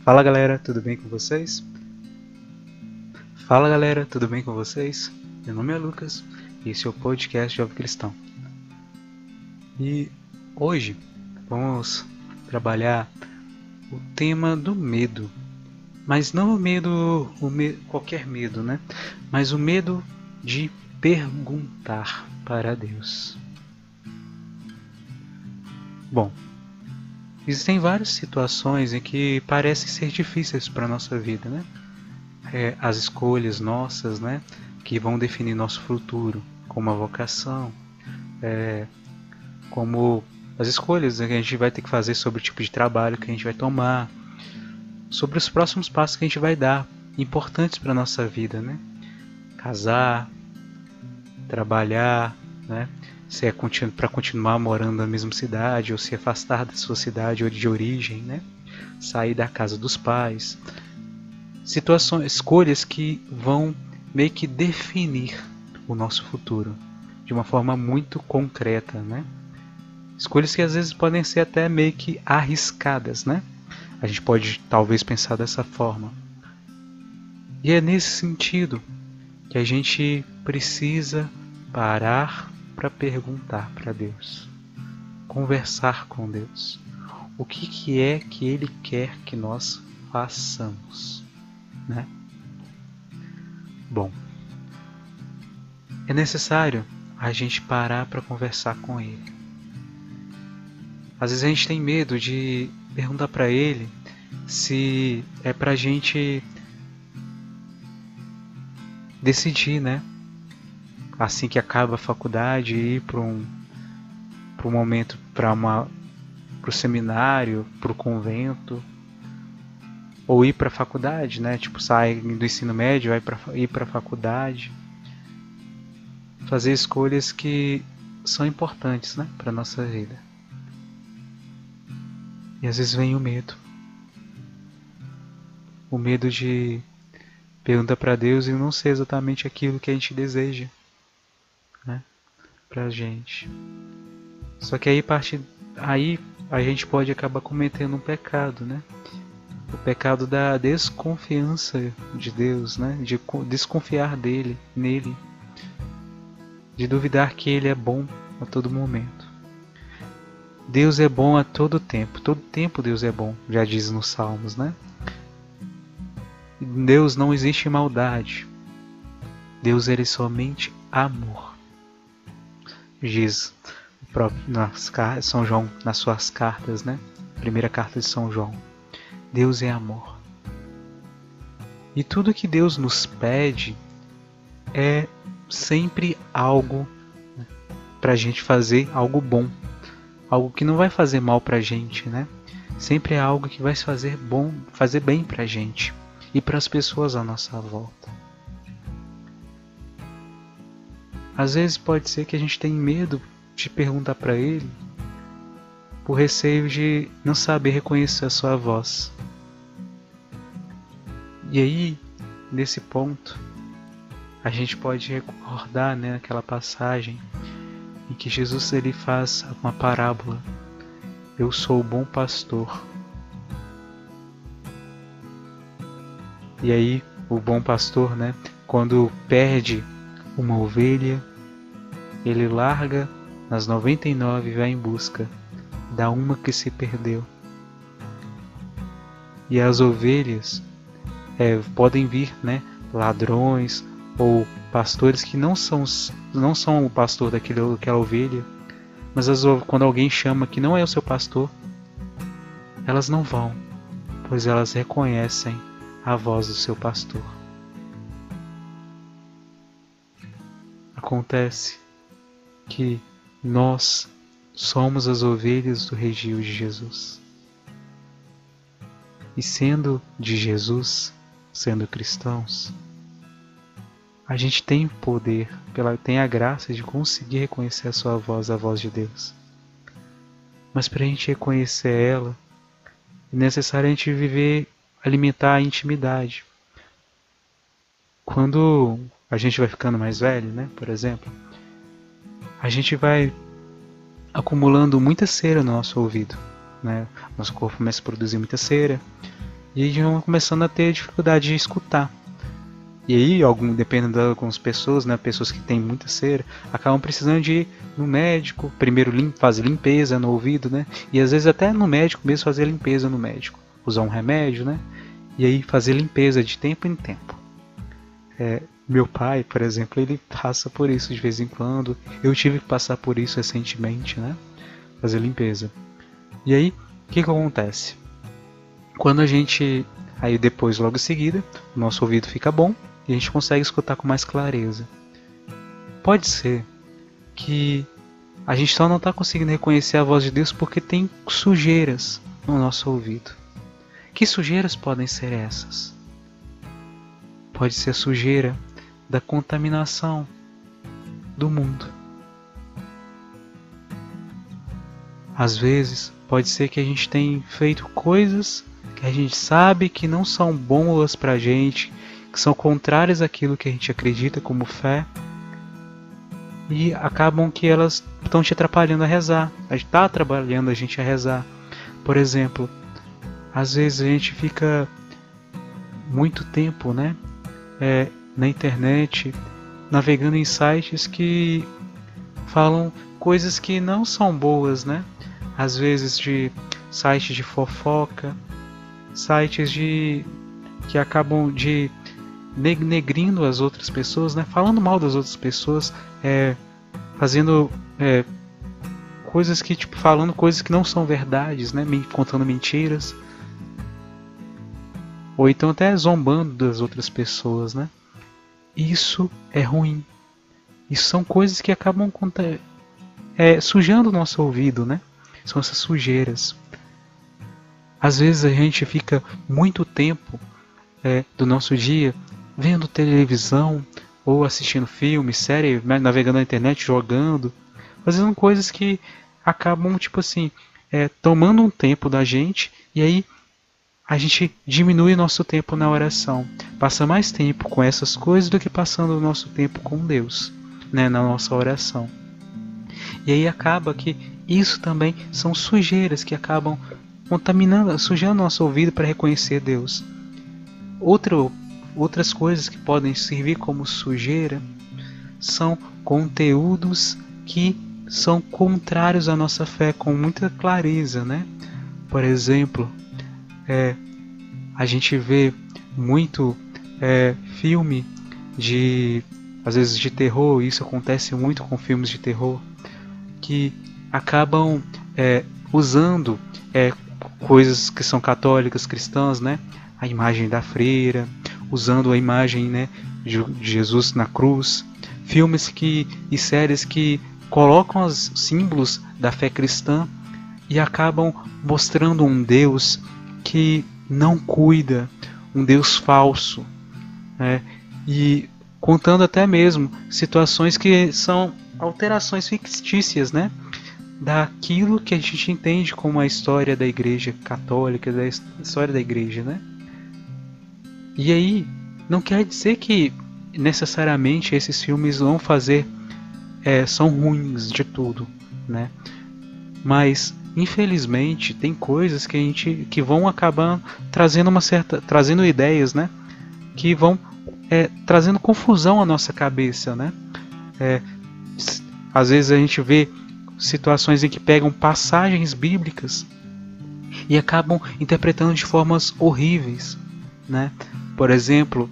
Fala galera, tudo bem com vocês? Fala galera, tudo bem com vocês? Meu nome é Lucas e esse é o podcast Jovem Cristão. E hoje vamos trabalhar o tema do medo. Mas não qualquer medo, né? Mas o medo de perguntar para Deus. Bom, existem várias situações em que parecem ser difíceis para a nossa vida, né? As escolhas nossas, né? Que vão definir nosso futuro, como a vocação, como as escolhas que a gente vai ter que fazer sobre o tipo de trabalho que a gente vai tomar, sobre os próximos passos que a gente vai dar, importantes para a nossa vida, né? Casar, trabalhar, né? Se é para continuar morando na mesma cidade ou se afastar da sua cidade ou de origem, né? Sair da casa dos pais. Situações, escolhas que vão meio que definir o nosso futuro de uma forma muito concreta, né? Escolhas que às vezes podem ser até meio que arriscadas, né? A gente pode talvez pensar dessa forma. E é nesse sentido que a gente precisa parar para perguntar para Deus, conversar com Deus. O que é que Ele quer que nós façamos, né? Bom, é necessário a gente parar para conversar com Ele. Às vezes a gente tem medo de perguntar para Ele se é pra gente decidir, né? Assim que acaba a faculdade, ir para um momento, para o seminário, para o convento, ou ir para a faculdade, né? Tipo, sair do ensino médio, ir para a faculdade, fazer escolhas que são importantes, né? Para nossa vida. E às vezes vem o medo de perguntar para Deus e não ser exatamente aquilo que a gente deseja, né? Pra gente. Só que aí a gente pode acabar cometendo um pecado, né? O pecado da desconfiança de Deus, né? De desconfiar nele, de duvidar que Ele é bom a todo momento. Deus é bom a todo tempo Deus é bom, já diz nos Salmos, né? Em Deus não existe maldade, Deus ele é somente amor, diz o próprio São João nas suas cartas, né? Primeira carta de São João. Deus é amor. E tudo que Deus nos pede é sempre algo pra gente fazer algo bom. Algo que não vai fazer mal pra gente, né? Sempre é algo que vai fazer bem pra gente e para as pessoas à nossa volta. Às vezes pode ser que a gente tenha medo de perguntar para Ele por receio de não saber reconhecer a sua voz. E aí, nesse ponto, a gente pode recordar, né, aquela passagem em que Jesus ele faz uma parábola. Eu sou o bom pastor. E aí, o bom pastor, né, quando perde uma ovelha, ele larga nas 99 e vai em busca da uma que se perdeu. E as ovelhas podem vir, né, ladrões ou pastores que não são o pastor daquela ovelha, mas quando alguém chama que não é o seu pastor, elas não vão, pois elas reconhecem a voz do seu pastor. Acontece que nós somos as ovelhas do redil de Jesus. E sendo de Jesus, sendo cristãos, a gente tem poder, tem a graça de conseguir reconhecer a sua voz, a voz de Deus. Mas para a gente reconhecer ela, é necessário a gente alimentar a intimidade. Quando a gente vai ficando mais velho, né, por exemplo, a gente vai acumulando muita cera no nosso ouvido, né? Nosso corpo começa a produzir muita cera E aí vão começando a ter dificuldade de escutar. E aí, dependendo de algumas pessoas, né, pessoas que têm muita cera, acabam precisando de ir no médico, primeiro fazer limpeza no ouvido, né? E às vezes até no médico mesmo fazer limpeza no médico. Usar um remédio, né? E aí fazer limpeza de tempo em tempo. Meu pai, por exemplo, ele passa por isso de vez em quando. Eu tive que passar por isso recentemente, né? Fazer limpeza. E aí, o que acontece? Quando a gente... Aí depois, logo em seguida, o nosso ouvido fica bom e a gente consegue escutar com mais clareza. Pode ser que a gente só não está conseguindo reconhecer a voz de Deus porque tem sujeiras no nosso ouvido. Que sujeiras podem ser essas? Pode ser a sujeira da contaminação do mundo. Às vezes, pode ser que a gente tenha feito coisas que a gente sabe que não são boas pra gente, que são contrárias àquilo que a gente acredita como fé, e acabam que elas estão te atrapalhando a rezar. A gente está atrapalhando a gente a rezar. Por exemplo, às vezes a gente fica muito tempo, né, na internet, navegando em sites que falam coisas que não são boas, né? Às vezes de sites de fofoca, sites que acabam de negrindo as outras pessoas, né? Falando mal das outras pessoas, fazendo coisas que, tipo, falando coisas que não são verdades, né? Contando mentiras, ou então até zombando das outras pessoas, né? Isso é ruim. Isso são coisas que acabam sujando o nosso ouvido, né? São essas sujeiras. Às vezes a gente fica muito tempo do nosso dia vendo televisão ou assistindo filme, série, navegando na internet, jogando, fazendo coisas que acabam, tipo assim, tomando um tempo da gente, e aí a gente diminui nosso tempo na oração. Passa mais tempo com essas coisas do que passando o nosso tempo com Deus, né, na nossa oração. E aí acaba que isso também são sujeiras que acabam contaminando, sujando nosso ouvido para reconhecer Deus. Outras coisas que podem servir como sujeira são conteúdos que são contrários à nossa fé com muita clareza, né? Por exemplo, a gente vê muito filme às vezes de terror, isso acontece muito com filmes de terror, que acabam usando coisas que são católicas, cristãs, né? A imagem da freira, usando a imagem, né, de Jesus na cruz, filmes e séries que colocam os símbolos da fé cristã e acabam mostrando um Deus que não cuida, um Deus falso, né? E contando até mesmo situações que são alterações fictícias, né, daquilo que a gente entende como a história da Igreja Católica, da história da Igreja, né? E aí, não quer dizer que necessariamente esses filmes vão fazer são ruins de tudo, né? Mas infelizmente tem coisas que vão acabar trazendo ideias, né? Que vão trazendo confusão à nossa cabeça, né? Às vezes a gente vê situações em que pegam passagens bíblicas e acabam interpretando de formas horríveis, né? Por exemplo,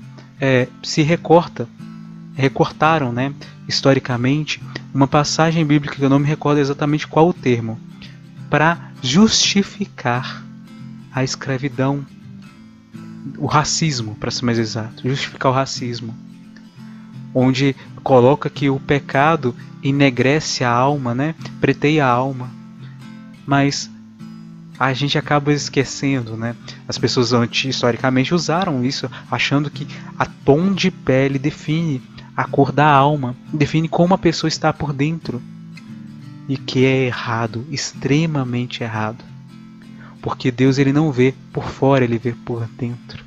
recortaram, né, historicamente, uma passagem bíblica que eu não me recordo exatamente qual o termo, para justificar a escravidão, o racismo, para ser mais exato, justificar o racismo, onde coloca que o pecado enegrece a alma, né, preteia a alma, mas a gente acaba esquecendo, né? As pessoas historicamente usaram isso, achando que a tom de pele define a cor da alma, define como a pessoa está por dentro. E que é errado, extremamente errado. Porque Deus, ele não vê por fora, ele vê por dentro.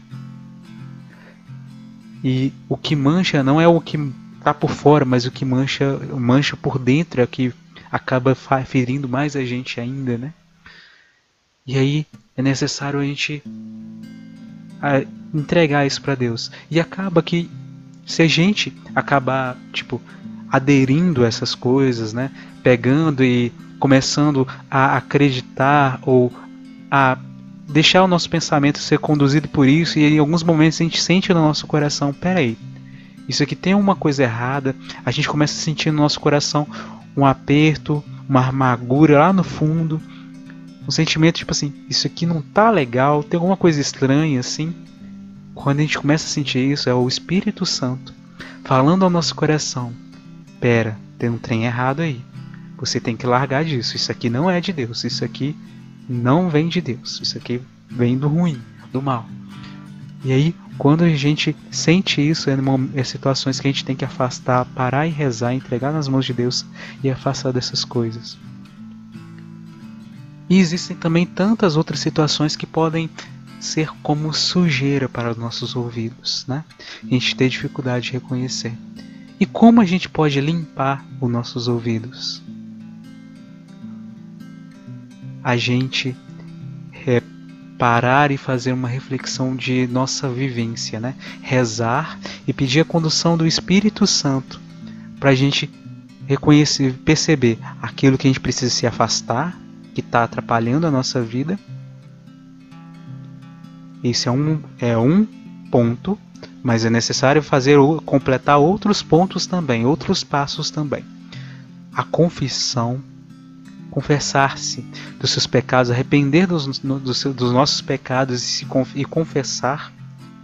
E o que mancha não é o que está por fora, mas o que mancha por dentro é o que acaba ferindo mais a gente ainda, né? E aí é necessário a gente entregar isso para Deus. E acaba que, se a gente acabar aderindo a essas coisas, né, pegando e começando a acreditar ou a deixar o nosso pensamento ser conduzido por isso, e em alguns momentos a gente sente no nosso coração, peraí, isso aqui tem uma coisa errada, a gente começa a sentir no nosso coração um aperto, uma amargura lá no fundo, um sentimento tipo assim, isso aqui não tá legal, tem alguma coisa estranha assim. Quando a gente começa a sentir isso, é o Espírito Santo falando ao nosso coração, pera, tem um trem errado aí, você tem que largar disso, isso aqui não é de Deus, isso aqui não vem de Deus, isso aqui vem do ruim, do mal. E aí, quando a gente sente isso, é situações que a gente tem que afastar, parar e rezar, entregar nas mãos de Deus e afastar dessas coisas. E existem também tantas outras situações que podem ser como sujeira para os nossos ouvidos, né? A gente tem dificuldade de reconhecer. E como a gente pode limpar os nossos ouvidos? A gente parar e fazer uma reflexão de nossa vivência, né? Rezar e pedir a condução do Espírito Santo para a gente reconhecer, perceber aquilo que a gente precisa se afastar, que está atrapalhando a nossa vida. Esse é um ponto, mas é necessário completar outros pontos também, outros passos também. A confissão, confessar-se dos seus pecados, arrepender dos nossos pecados e confessar.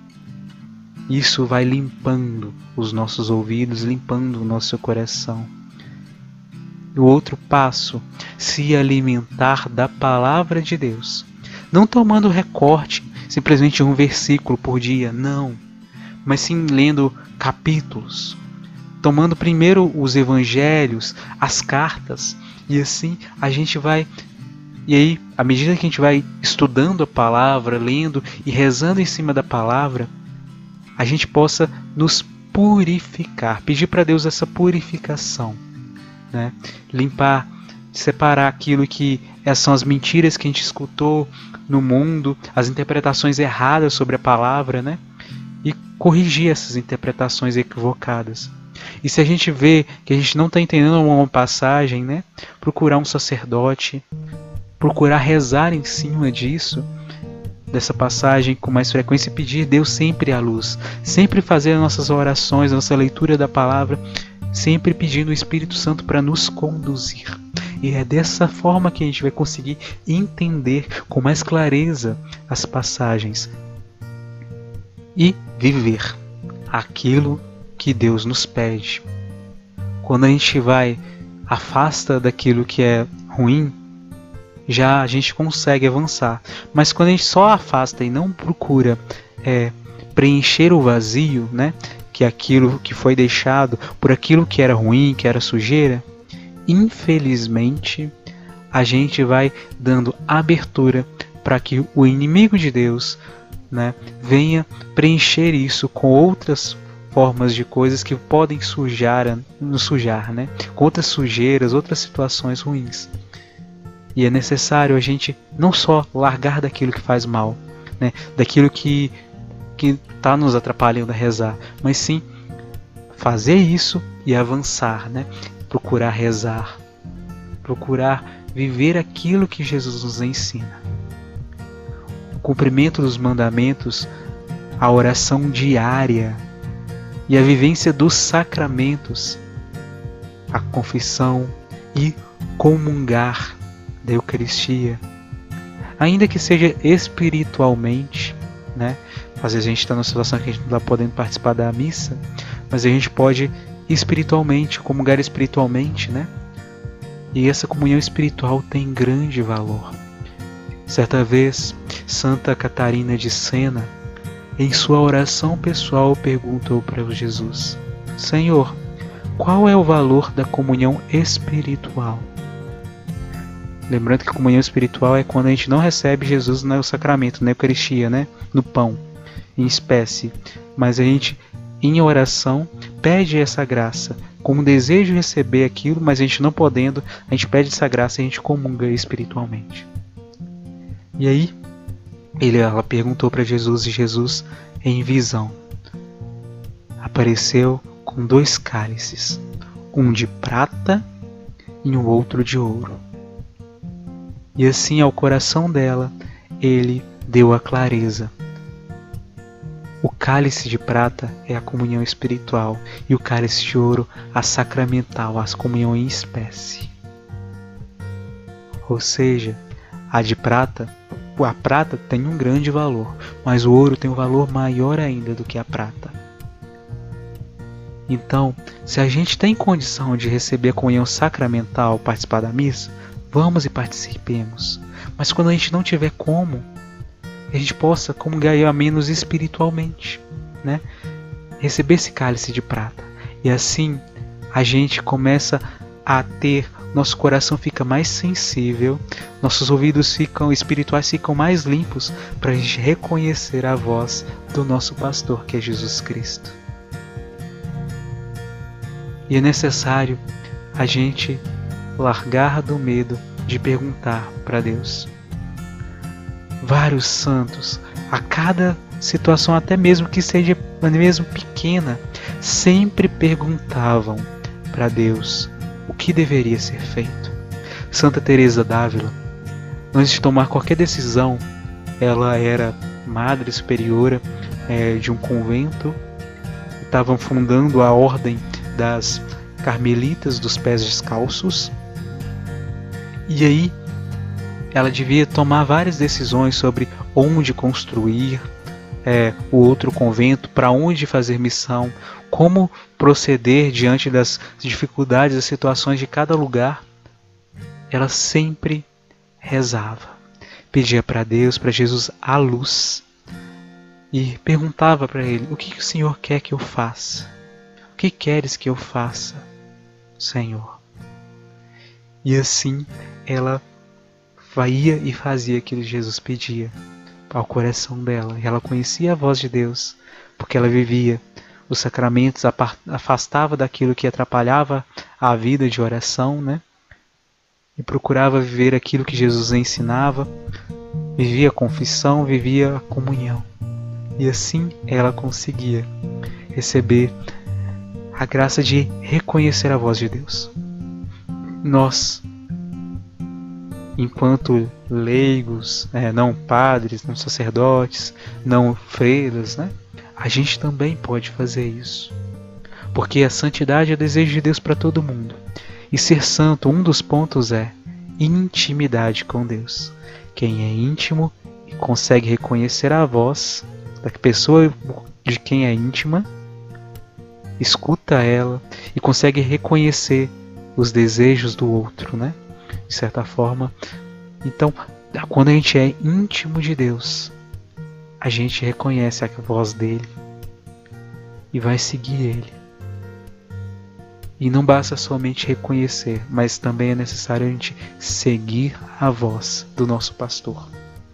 Isso vai limpando os nossos ouvidos, limpando o nosso coração. E o outro passo, se alimentar da palavra de Deus. Não tomando recorte, simplesmente um versículo por dia, não. Mas sim lendo capítulos. Tomando primeiro os evangelhos, as cartas. E assim a gente vai... E aí, à medida que a gente vai estudando a palavra, lendo e rezando em cima da palavra, a gente possa nos purificar. Pedir para Deus essa purificação. Né? Limpar, separar aquilo que são as mentiras que a gente escutou no mundo, as interpretações erradas sobre a palavra, né? E corrigir essas interpretações equivocadas. E se a gente vê que a gente não está entendendo uma passagem, né? Procurar um sacerdote, procurar rezar em cima disso, dessa passagem com mais frequência e pedir Deus sempre a luz, sempre fazer as nossas orações, a nossa leitura da palavra, sempre pedindo o Espírito Santo para nos conduzir. E é dessa forma que a gente vai conseguir entender com mais clareza as passagens e viver aquilo que Deus nos pede. Quando a gente afasta daquilo que é ruim, já a gente consegue avançar. Mas quando a gente só afasta e não procura preencher o vazio, né? Que aquilo que foi deixado por aquilo que era ruim, que era sujeira, infelizmente a gente vai dando abertura para que o inimigo de Deus, né, venha preencher isso com outras formas de coisas que podem nos sujar, né, com outras sujeiras, outras situações ruins. E é necessário a gente não só largar daquilo que faz mal, né, daquilo que está nos atrapalhando a rezar, mas sim fazer isso e avançar, né? Procurar rezar, procurar viver aquilo que Jesus nos ensina. O cumprimento dos mandamentos, a oração diária e a vivência dos sacramentos, a confissão e comungar da Eucaristia, ainda que seja espiritualmente, né? Às vezes a gente está numa situação que a gente não está podendo participar da missa, mas a gente pode espiritualmente, comungar espiritualmente, né? E essa comunhão espiritual tem grande valor. Certa vez, Santa Catarina de Sena, em sua oração pessoal, perguntou para Jesus: Senhor, qual é o valor da comunhão espiritual? Lembrando que a comunhão espiritual é quando a gente não recebe Jesus no sacramento, na Eucaristia, né? No pão, em espécie. Mas a gente, em oração, pede essa graça, com um desejo de receber aquilo, mas a gente não podendo, a gente pede essa graça e a gente comunga espiritualmente. E aí, Ela perguntou para Jesus e Jesus, em visão, apareceu com 2 cálices, um de prata e um outro de ouro. E assim ao coração dela ele deu a clareza. O cálice de prata é a comunhão espiritual e o cálice de ouro a sacramental, a comunhão em espécie. Ou seja, a prata tem um grande valor, mas o ouro tem um valor maior ainda do que a prata. Então, se a gente tem condição de receber a comunhão sacramental, participar da missa, vamos e participemos. Mas quando a gente não tiver como, a gente possa comungar ao menos espiritualmente, né? Receber esse cálice de prata. E assim a gente começa a ter, nosso coração fica mais sensível, nossos ouvidos espirituais ficam mais limpos para a gente reconhecer a voz do nosso pastor, que é Jesus Cristo. E é necessário a gente largar do medo de perguntar para Deus. Vários santos, a cada situação, até mesmo que seja mesmo pequena, sempre perguntavam para Deus o que deveria ser feito. Santa Teresa d'Ávila, antes de tomar qualquer decisão, ela era madre superiora de um convento, estavam fundando a ordem das Carmelitas dos Pés Descalços, e aí ela devia tomar várias decisões sobre onde construir o outro convento, para onde fazer missão, como proceder diante das dificuldades, das situações de cada lugar. Ela sempre rezava, pedia para Deus, para Jesus, a luz, e perguntava para ele: o que o Senhor quer que eu faça? O que queres que eu faça, Senhor? E assim ela ia e fazia aquilo que Jesus pedia ao coração dela. E ela conhecia a voz de Deus, porque ela vivia os sacramentos, afastava daquilo que atrapalhava a vida de oração, né? E procurava viver aquilo que Jesus ensinava, vivia a confissão, vivia a comunhão. E assim ela conseguia receber a graça de reconhecer a voz de Deus. Nós, enquanto leigos, não padres, não sacerdotes, não freiras, né? A gente também pode fazer isso. Porque a santidade é o desejo de Deus para todo mundo. E ser santo, um dos pontos é intimidade com Deus. Quem é íntimo e consegue reconhecer a voz da pessoa de quem é íntima, escuta ela e consegue reconhecer os desejos do outro, né? De certa forma. Então, quando a gente é íntimo de Deus, a gente reconhece a voz dele e vai seguir ele. E não basta somente reconhecer, mas também é necessário a gente seguir a voz do nosso pastor.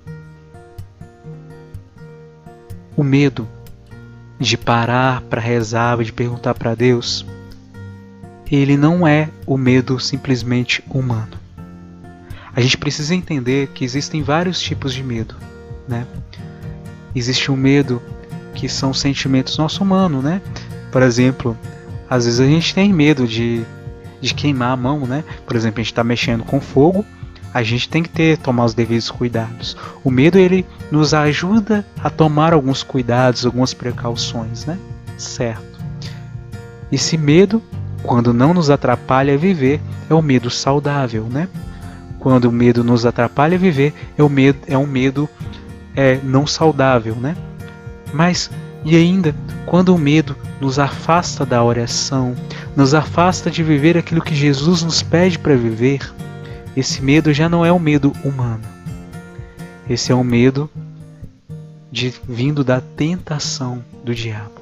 O medo de parar para rezar, de perguntar para Deus, ele não é o medo simplesmente humano. A gente precisa entender que existem vários tipos de medo, né? Existe um medo que são sentimentos nosso humano, né? Por exemplo, às vezes a gente tem medo de queimar a mão, né? Por exemplo, a gente está mexendo com fogo, a gente tem que tomar os devidos cuidados. O medo, ele nos ajuda a tomar alguns cuidados, algumas precauções, né? Certo. Esse medo, quando não nos atrapalha a viver, é o medo saudável, né? Quando o medo nos atrapalha a viver, é um medo não saudável, né? Mas, e ainda, quando o medo nos afasta da oração, nos afasta de viver aquilo que Jesus nos pede para viver, esse medo já não é um medo humano. Esse é um medo vindo da tentação do diabo.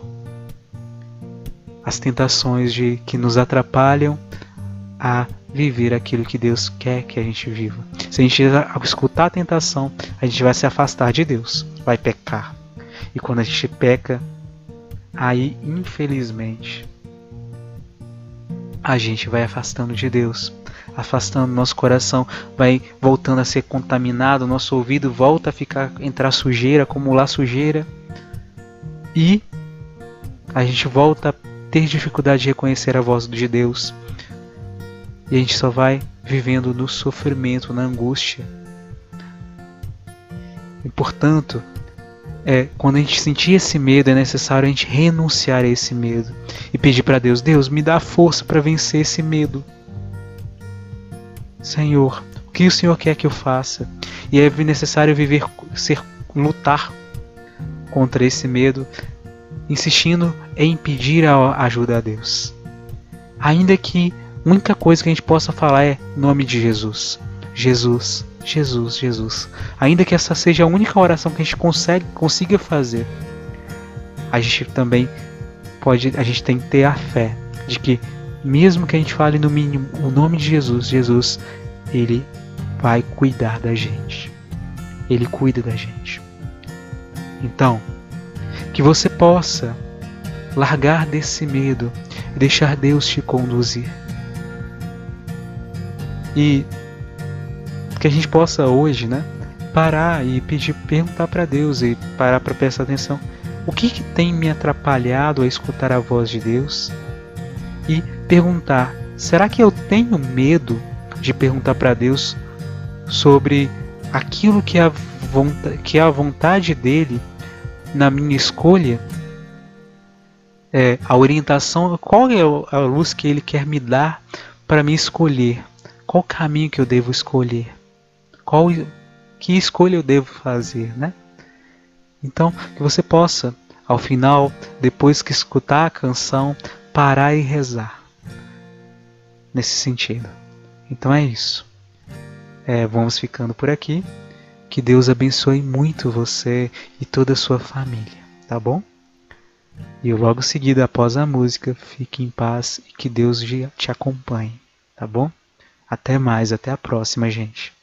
As tentações que nos atrapalham a viver aquilo que Deus quer que a gente viva. Se a gente escutar a tentação, a gente vai se afastar de Deus, vai pecar. E quando a gente peca, aí infelizmente a gente vai afastando de Deus. afastando nosso coração, vai voltando a ser contaminado, nosso ouvido volta a entrar sujeira, acumular sujeira, e a gente volta a ter dificuldade de reconhecer a voz de Deus, e a gente só vai vivendo no sofrimento, na angústia. E portanto, quando a gente sentir esse medo, é necessário a gente renunciar a esse medo e pedir para Deus: Deus, me dá força para vencer esse medo. Senhor, o que o Senhor quer que eu faça? E é necessário lutar contra esse medo, insistindo em pedir a ajuda a Deus. Ainda que a única coisa que a gente possa falar é nome de Jesus. Jesus, Jesus, Jesus. Ainda que essa seja a única oração que a gente consiga fazer, a gente também a gente tem que ter a fé de que, mesmo que a gente fale no mínimo o nome de Jesus, Jesus, Ele vai cuidar da gente. Ele cuida da gente. Então, que você possa largar desse medo e deixar Deus te conduzir. E que a gente possa hoje, parar e perguntar para Deus e parar para prestar atenção. O que tem me atrapalhado a escutar a voz de Deus? E perguntar: será que eu tenho medo de perguntar para Deus sobre aquilo que é a vontade dele na minha escolha? A orientação, qual é a luz que Ele quer me dar para me escolher? Qual caminho que eu devo escolher? Que escolha eu devo fazer, Então, que você possa, ao final, depois que escutar a canção, parar e rezar nesse sentido. Então é isso. Vamos ficando por aqui. Que Deus abençoe muito você e toda a sua família, tá bom? E logo seguida, após a música, fique em paz e que Deus te acompanhe, tá bom? Até mais, até a próxima, gente.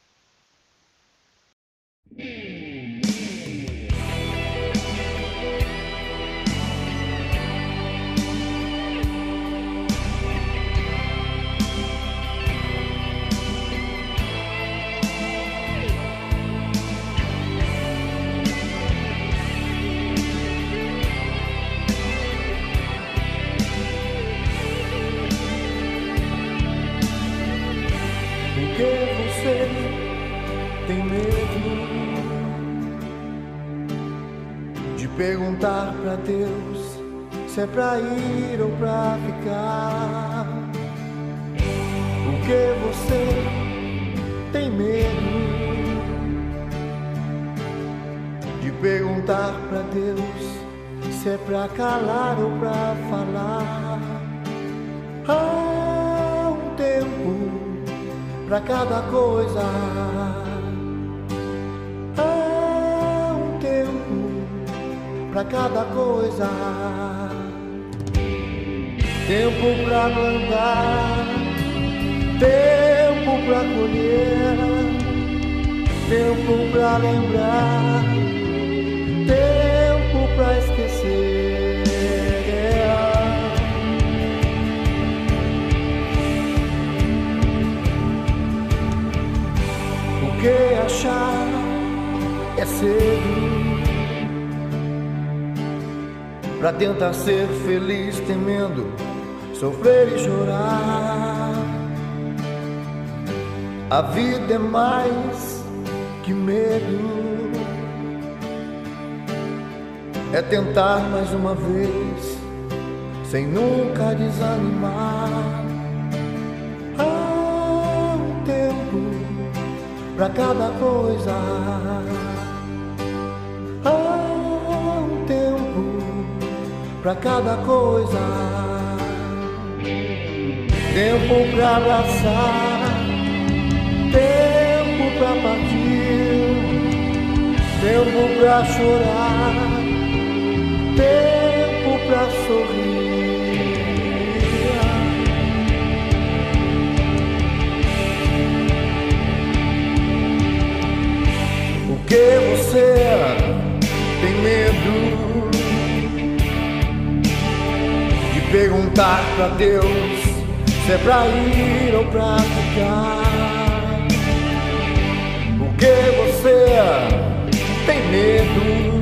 Você tem medo de perguntar pra Deus se é pra ir ou pra ficar? Por que você tem medo de perguntar pra Deus se é pra calar ou pra falar? Há um tempo pra cada coisa, há um tempo pra cada coisa. Tempo pra plantar, tempo pra colher, tempo pra lembrar, tempo pra esquecer. Porque achar é cedo pra tentar ser feliz temendo sofrer e chorar. A vida é mais que medo, é tentar mais uma vez sem nunca desanimar. Há um tempo pra cada coisa, há um tempo pra cada coisa. Tempo pra abraçar, tempo pra partir, tempo pra chorar, tempo pra sorrir. Porque você tem medo de perguntar pra Deus se é pra ir ou pra ficar. Porque você tem medo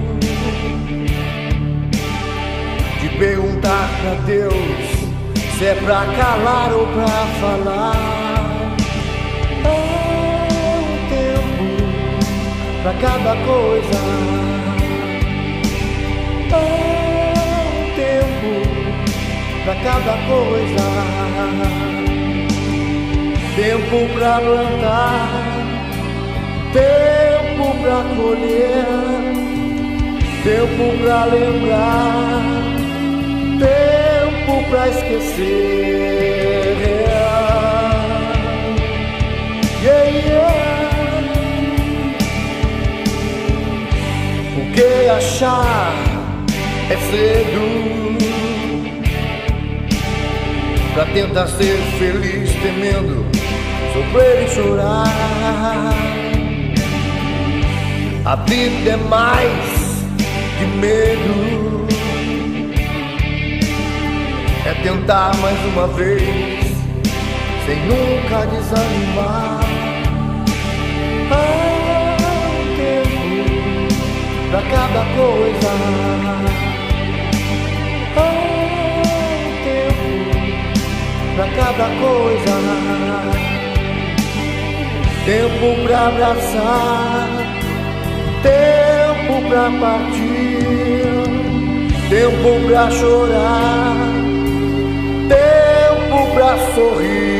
de perguntar pra Deus se é pra calar ou pra falar. É um tempo pra cada coisa. É um tempo pra cada coisa. Tempo pra plantar, tempo pra colher, tempo pra lembrar, tempo pra esquecer. Yeah, yeah. O que achar é cedo pra tentar ser feliz, temendo sofrer e chorar. A vida é mais que medo, é tentar mais uma vez, sem nunca desanimar. Há um tempo pra cada coisa. Há um tempo pra cada coisa. Tempo pra abraçar, tempo pra partir, tempo pra chorar, tempo pra sorrir.